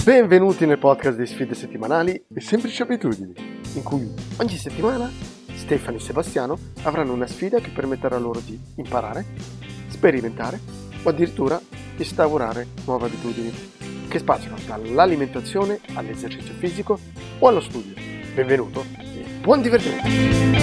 Benvenuti nel podcast di sfide settimanali e semplici abitudini, in cui ogni settimana Stefano e Sebastiano avranno una sfida che permetterà loro di imparare, sperimentare o addirittura instaurare nuove abitudini che spaziano dall'alimentazione all'esercizio fisico o allo studio. Benvenuto e buon divertimento!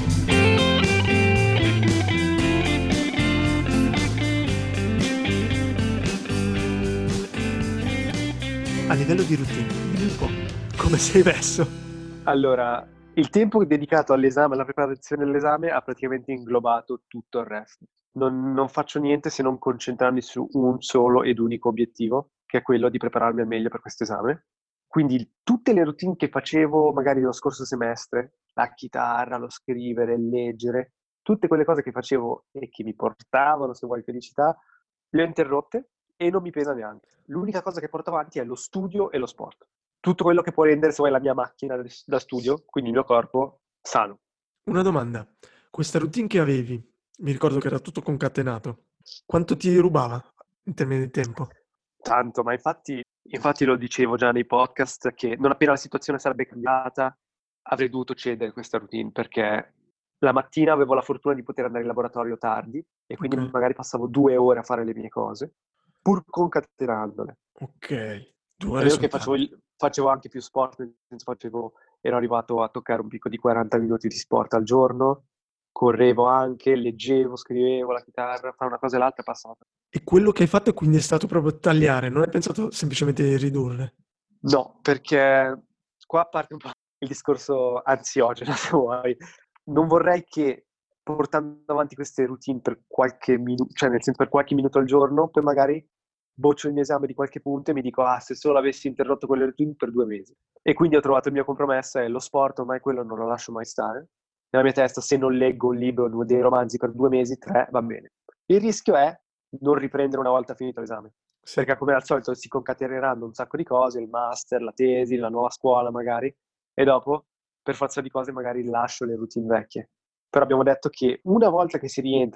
A livello di routine, dimmi un po', come sei messo? Allora, il tempo dedicato all'esame, alla preparazione dell'esame, ha praticamente inglobato tutto il resto. Non faccio niente se non concentrarmi su un solo ed unico obiettivo, che è quello di prepararmi al meglio per questo esame. Quindi tutte le routine che facevo magari lo scorso semestre, la chitarra, lo scrivere, il leggere, tutte quelle cose che facevo e che mi portavano, se vuoi, felicità, le ho interrotte e non mi pesa neanche. L'unica cosa che porto avanti è lo studio e lo sport. Tutto quello che può rendere, se vuoi, la mia macchina da studio, quindi il mio corpo, sano. Una domanda, questa routine che avevi, mi ricordo che era tutto concatenato, quanto ti rubava in termini di tempo? Tanto, ma infatti lo dicevo già nei podcast, che non appena la situazione sarebbe cambiata, avrei dovuto cedere questa routine, perché la mattina avevo la fortuna di poter andare in laboratorio tardi, e quindi Ok. magari passavo 2 ore a fare le mie cose, pur concatenandole. Ok, 2 È ore vero sono che tante. facevo anche più sport, nel senso ero arrivato a toccare un picco di 40 minuti di sport al giorno, correvo anche, leggevo, scrivevo la chitarra, fra una cosa e l'altra è passata. E quello che hai fatto quindi è stato proprio tagliare, non hai pensato semplicemente di ridurre? No, perché qua parte un po' il discorso ansiogeno, se vuoi. Non vorrei che portando avanti queste routine per qualche minuto, cioè nel senso per qualche minuto al giorno, poi magari boccio il mio esame di qualche punto e mi dico, se solo avessi interrotto quelle routine per 2 mesi. E quindi ho trovato il mio compromesso, è lo sport, ormai quello non lo lascio mai stare. Nella mia testa, se non leggo un libro, dei romanzi per 2 mesi, 3, va bene. Il rischio è non riprendere una volta finito l'esame. Sì. Perché come al solito si concateneranno un sacco di cose, il master, la tesi, la nuova scuola magari, e dopo, per forza di cose, magari lascio le routine vecchie. Però abbiamo detto che una volta che si rientra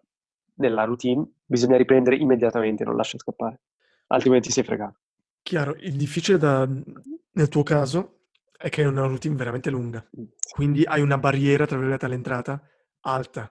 nella routine, bisogna riprendere immediatamente, non lascia scappare, altrimenti sei fregato. Chiaro, il difficile nel tuo caso è che è una routine veramente lunga, Sì. quindi hai una barriera, tra virgolette, all'entrata alta.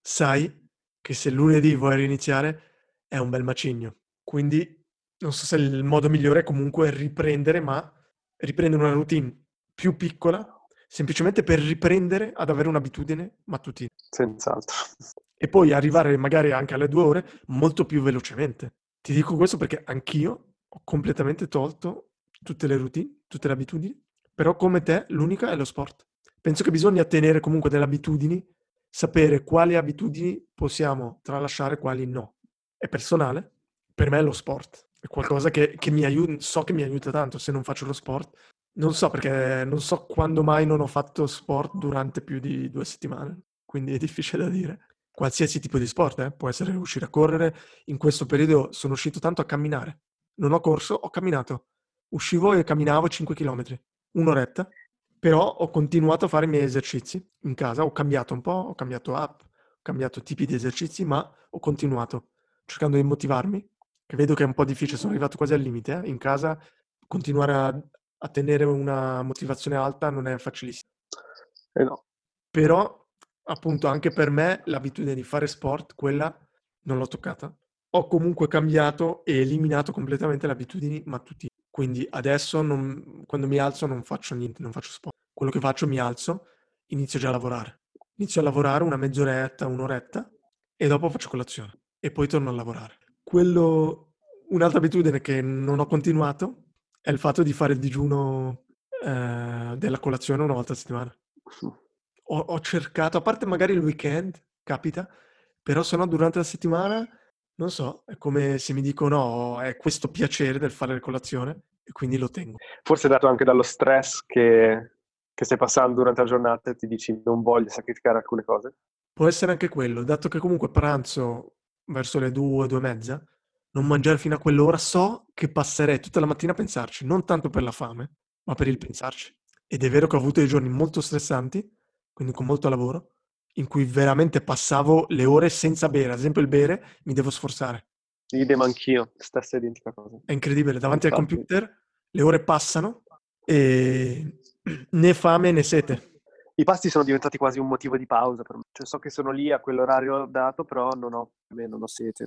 Sai che se lunedì vuoi riniziare è un bel macigno, quindi non so se il modo migliore è comunque riprendere, ma riprendere una routine più piccola, semplicemente per riprendere ad avere un'abitudine mattutina. Senz'altro. E poi arrivare magari anche alle 2 ore molto più velocemente. Ti dico questo perché anch'io ho completamente tolto tutte le routine, tutte le abitudini, però come te l'unica è lo sport. Penso che bisogna tenere comunque delle abitudini, sapere quali abitudini possiamo tralasciare, quali no. È personale, per me è lo sport. È qualcosa che mi aiuta, so che mi aiuta tanto se non faccio lo sport. Non so perché non so quando mai non ho fatto sport durante più di 2 settimane, quindi è difficile da dire. Qualsiasi tipo di sport, può essere uscire a correre. In questo periodo sono uscito tanto a camminare. Non ho corso, ho camminato. Uscivo e camminavo 5 chilometri, un'oretta, però ho continuato a fare i miei esercizi in casa. Ho cambiato un po', ho cambiato app, ho cambiato tipi di esercizi, ma ho continuato cercando di motivarmi, che vedo che è un po' difficile, sono arrivato quasi al limite. In casa continuare a tenere una motivazione alta non è facilissimo. No. Però, appunto, anche per me l'abitudine di fare sport, quella non l'ho toccata. Ho comunque cambiato e eliminato completamente le abitudini mattutine. Quindi adesso quando mi alzo non faccio niente, non faccio sport. Quello che faccio, mi alzo, inizio già a lavorare. Inizio a lavorare una mezz'oretta, un'oretta e dopo faccio colazione e poi torno a lavorare. Un'altra abitudine che non ho continuato è il fatto di fare il digiuno della colazione una volta a settimana. Ho cercato, a parte magari il weekend, capita, però se no durante la settimana, non so, è come se mi dicono è questo piacere del fare la colazione e quindi lo tengo. Forse dato anche dallo stress che stai passando durante la giornata e ti dici non voglio sacrificare alcune cose. Può essere anche quello, dato che comunque pranzo verso le 2, 2 e mezza, non mangiare fino a quell'ora, so che passerei tutta la mattina a pensarci, non tanto per la fame, ma per il pensarci. Ed è vero che ho avuto dei giorni molto stressanti, quindi con molto lavoro, in cui veramente passavo le ore senza bere. Ad esempio il bere mi devo sforzare. Idem anch'io, stessa identica cosa. È incredibile, davanti al Infatti. computer le ore passano e né fame né sete. I pasti sono diventati quasi un motivo di pausa per me. Cioè, so che sono lì a quell'orario dato, però non ho sete.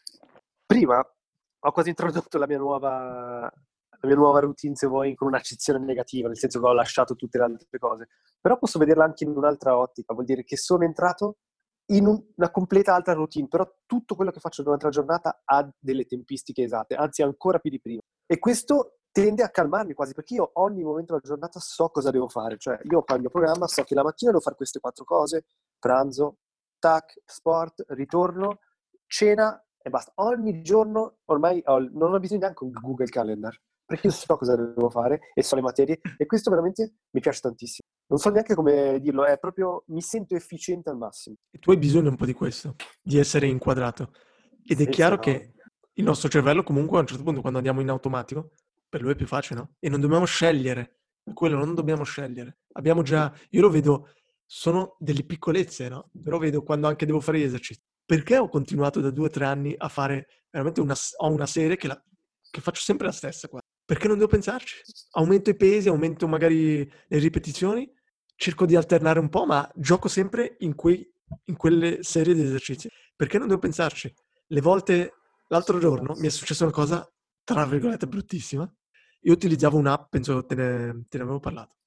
Prima ho quasi introdotto la mia nuova routine, se vuoi, con un'accezione negativa, nel senso che ho lasciato tutte le altre cose. Però posso vederla anche in un'altra ottica, vuol dire che sono entrato in una completa altra routine, però tutto quello che faccio durante la giornata ha delle tempistiche esatte, anzi ancora più di prima. E questo tende a calmarmi quasi, perché io ogni momento della giornata so cosa devo fare. Cioè, io ho il mio programma, so che la mattina devo fare queste 4 cose, pranzo, tac, sport, ritorno, cena e basta. Ogni giorno ormai non ho bisogno neanche di un Google Calendar, perché io so cosa devo fare e so le materie, e questo veramente mi piace tantissimo. Non so neanche come dirlo, è proprio, mi sento efficiente al massimo. E tu hai bisogno un po' di questo, di essere inquadrato. Ed è Sì, chiaro no. che il nostro cervello comunque a un certo punto, quando andiamo in automatico, per lui è più facile, no? E non dobbiamo scegliere, quello non dobbiamo scegliere. Abbiamo già, io lo vedo, sono delle piccolezze, no? Però vedo quando anche devo fare gli esercizi. Perché ho continuato da 2 o 3 anni a fare veramente ho una serie che faccio sempre la stessa qua? Perché non devo pensarci. Aumento i pesi, aumento magari le ripetizioni, cerco di alternare un po', ma gioco sempre in quelle serie di esercizi. Perché non devo pensarci? L'altro giorno mi è successa una cosa, tra virgolette, bruttissima. Io utilizzavo un'app, penso te ne avevo parlato,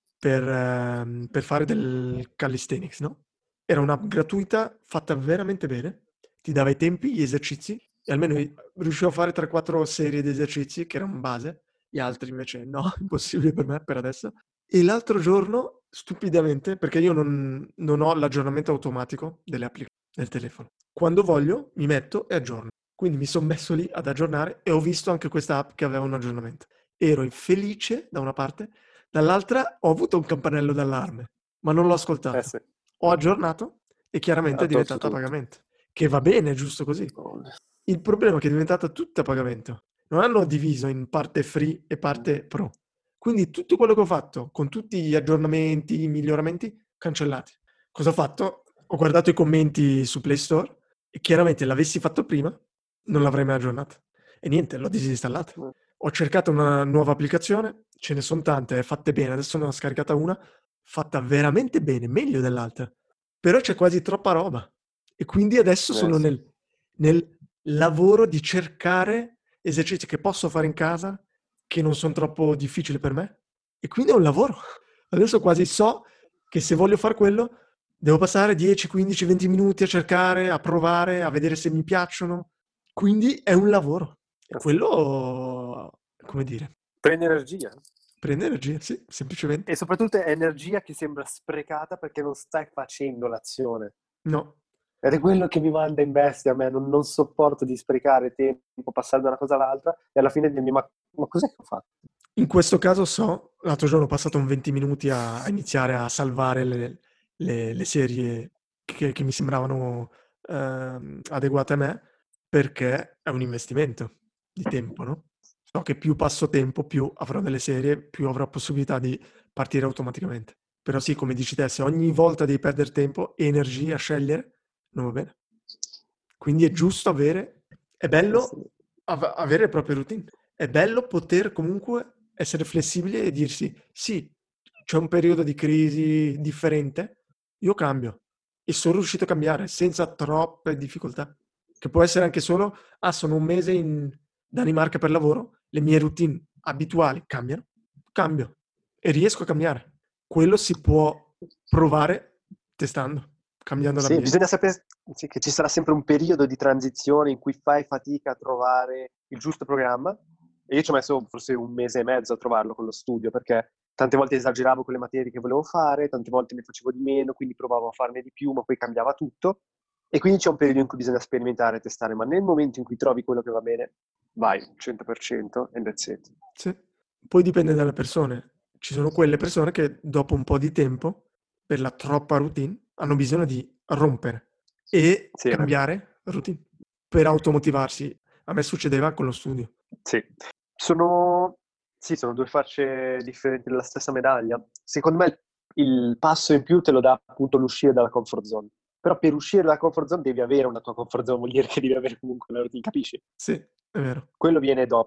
per fare del calisthenics, no? Era un'app gratuita, fatta veramente bene, ti dava i tempi, gli esercizi, e almeno riuscivo a fare 3-4 serie di esercizi, che erano base, gli altri invece no, impossibile per me per adesso. E l'altro giorno, stupidamente, perché io non ho l'aggiornamento automatico delle applicazioni del telefono, quando voglio mi metto e aggiorno. Quindi mi sono messo lì ad aggiornare e ho visto anche questa app che aveva un aggiornamento. Ero infelice da una parte, dall'altra ho avuto un campanello d'allarme, ma non l'ho ascoltato. Sì, Ho aggiornato e chiaramente ha è tolto diventata a tutto. pagamento, che va bene, giusto così. Il problema è che è diventata tutta a pagamento. Non hanno diviso in parte free e parte pro. Quindi tutto quello che ho fatto, con tutti gli aggiornamenti, i miglioramenti, cancellati. Cosa ho fatto? Ho guardato i commenti su Play Store e chiaramente l'avessi fatto prima, non l'avrei mai aggiornata. E niente, l'ho disinstallata. Ho cercato una nuova applicazione, ce ne sono tante, fatte bene, adesso ne ho scaricata una, fatta veramente bene, meglio dell'altra. Però c'è quasi troppa roba. E quindi adesso sono Sì. nel lavoro di cercare esercizi che posso fare in casa, che non sono troppo difficili per me. E quindi è un lavoro. Adesso quasi so che se voglio fare quello, devo passare 10, 15, 20 minuti a cercare, a provare, a vedere se mi piacciono. Quindi è un lavoro. E quello, come dire, Prende energia. prende energia, sì, semplicemente. E soprattutto è energia che sembra sprecata perché non stai facendo l'azione. No. Ed è quello che mi manda in bestia a me, non sopporto di sprecare tempo, passare da una cosa all'altra e alla fine dirmi ma cos'è che ho fatto? In questo caso l'altro giorno ho passato un 20 minuti a iniziare a salvare le serie che mi sembravano adeguate a me, perché è un investimento di tempo, no? So che più passo tempo, più avrò delle serie, più avrò possibilità di partire automaticamente. Però sì, come dici te, se ogni volta devi perdere tempo e energia a scegliere, non va bene. Quindi è giusto è bello avere le proprie routine. È bello poter comunque essere flessibili e dirsi, sì, c'è un periodo di crisi differente, io cambio. E sono riuscito a cambiare senza troppe difficoltà. Che può essere anche solo, sono un mese in Danimarca per lavoro, le mie routine abituali cambiano, cambio e riesco a cambiare. Quello si può provare testando, cambiando Sì, l'ambiente. bisogna sapere sì, che ci sarà sempre un periodo di transizione in cui fai fatica a trovare il giusto programma. E io ci ho messo forse un mese e mezzo a trovarlo con lo studio, perché tante volte esageravo con le materie che volevo fare, tante volte ne facevo di meno, quindi provavo a farne di più, ma poi cambiava tutto. E quindi c'è un periodo in cui bisogna sperimentare e testare, ma nel momento in cui trovi quello che va bene, vai, 100% and that's it. Sì. Poi dipende dalle persone. Ci sono quelle persone che dopo un po' di tempo, per la troppa routine, hanno bisogno di rompere e Sì, è vero. cambiare routine per automotivarsi. A me succedeva con lo studio. Sì. Sono due facce differenti della stessa medaglia. Secondo me il passo in più te lo dà appunto l'uscire dalla comfort zone. Però per uscire dalla comfort zone devi avere una tua comfort zone, vuol dire che devi avere comunque una routine, capisci? Sì, è vero. Quello viene dopo.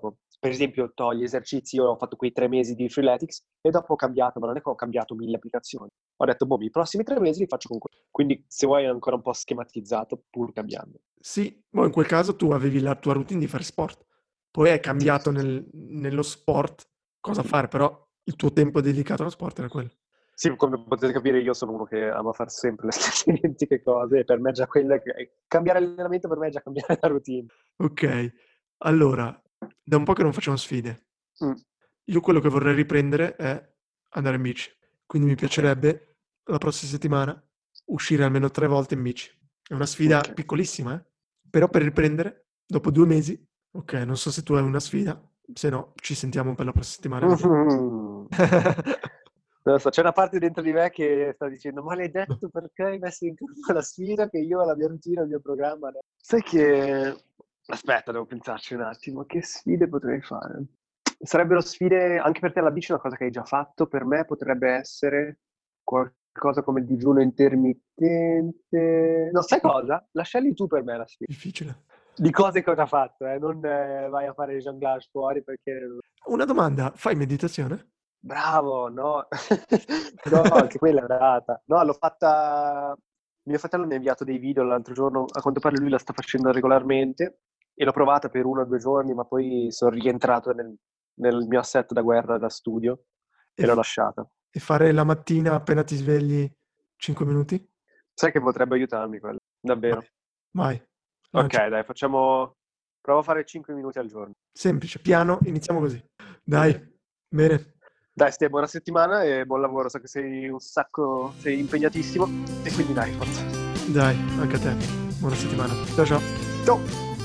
per esempio, gli esercizi, io ho fatto quei 3 mesi di Freeletics e dopo ho cambiato, ma non è che ho cambiato 1000 applicazioni. Ho detto, boh, i prossimi 3 mesi li faccio con quello. Quindi, se vuoi, è ancora un po' schematizzato, pur cambiando. Sì, in quel caso tu avevi la tua routine di fare sport, poi hai cambiato nello sport cosa fare, però il tuo tempo dedicato allo sport era quello. Sì, come potete capire, io sono uno che ama fare sempre le stesse identiche cose e per me già cambiare allenamento per me è già cambiare la routine. Ok, allora, da un po' che non facciamo sfide. Mm. Io quello che vorrei riprendere è andare in bici, quindi mi piacerebbe la prossima settimana uscire almeno 3 volte in bici. È una sfida Ok. piccolissima, però per riprendere, dopo 2 mesi, ok, non so se tu hai una sfida, se no ci sentiamo per la prossima settimana e vediamo. Non lo so, c'è una parte dentro di me che sta dicendo maledetto, perché hai messo in campo la sfida che io ho la mia routine, il mio programma. No? Sai che... Aspetta, devo pensarci un attimo. Che sfide potrei fare? Sarebbero sfide, anche per te la bici è una cosa che hai già fatto, per me potrebbe essere qualcosa come il digiuno intermittente. No, sai cosa? Lasciali tu per me la sfida. Difficile. Di cose che ho già fatto, non vai a fare jonglage fuori perché... Una domanda, fai meditazione? Bravo, no, no, anche quella è andata. No, l'ho fatta. Mio fratello mi ha inviato dei video l'altro giorno, a quanto pare lui la sta facendo regolarmente e l'ho provata per 1 o 2 giorni, ma poi sono rientrato nel mio assetto da guerra da studio E, e l'ho lasciata. e fare la mattina appena ti svegli 5 minuti? Sai che potrebbe aiutarmi quello, davvero. Vai, Ok, lancia. dai, provo a fare 5 minuti al giorno. Semplice, piano, iniziamo così. Dai, bene. Dai, Ste, buona settimana e buon lavoro, so che sei impegnatissimo e quindi dai, forza. Dai, anche a te. Buona settimana. Ciao ciao. Ciao!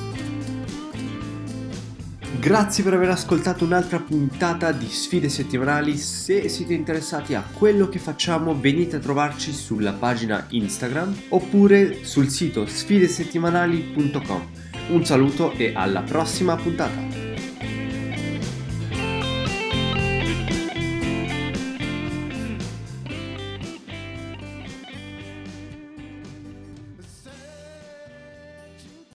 Grazie per aver ascoltato un'altra puntata di Sfide Settimanali. Se siete interessati a quello che facciamo, venite a trovarci sulla pagina Instagram oppure sul sito sfidesettimanali.com. Un saluto e alla prossima puntata!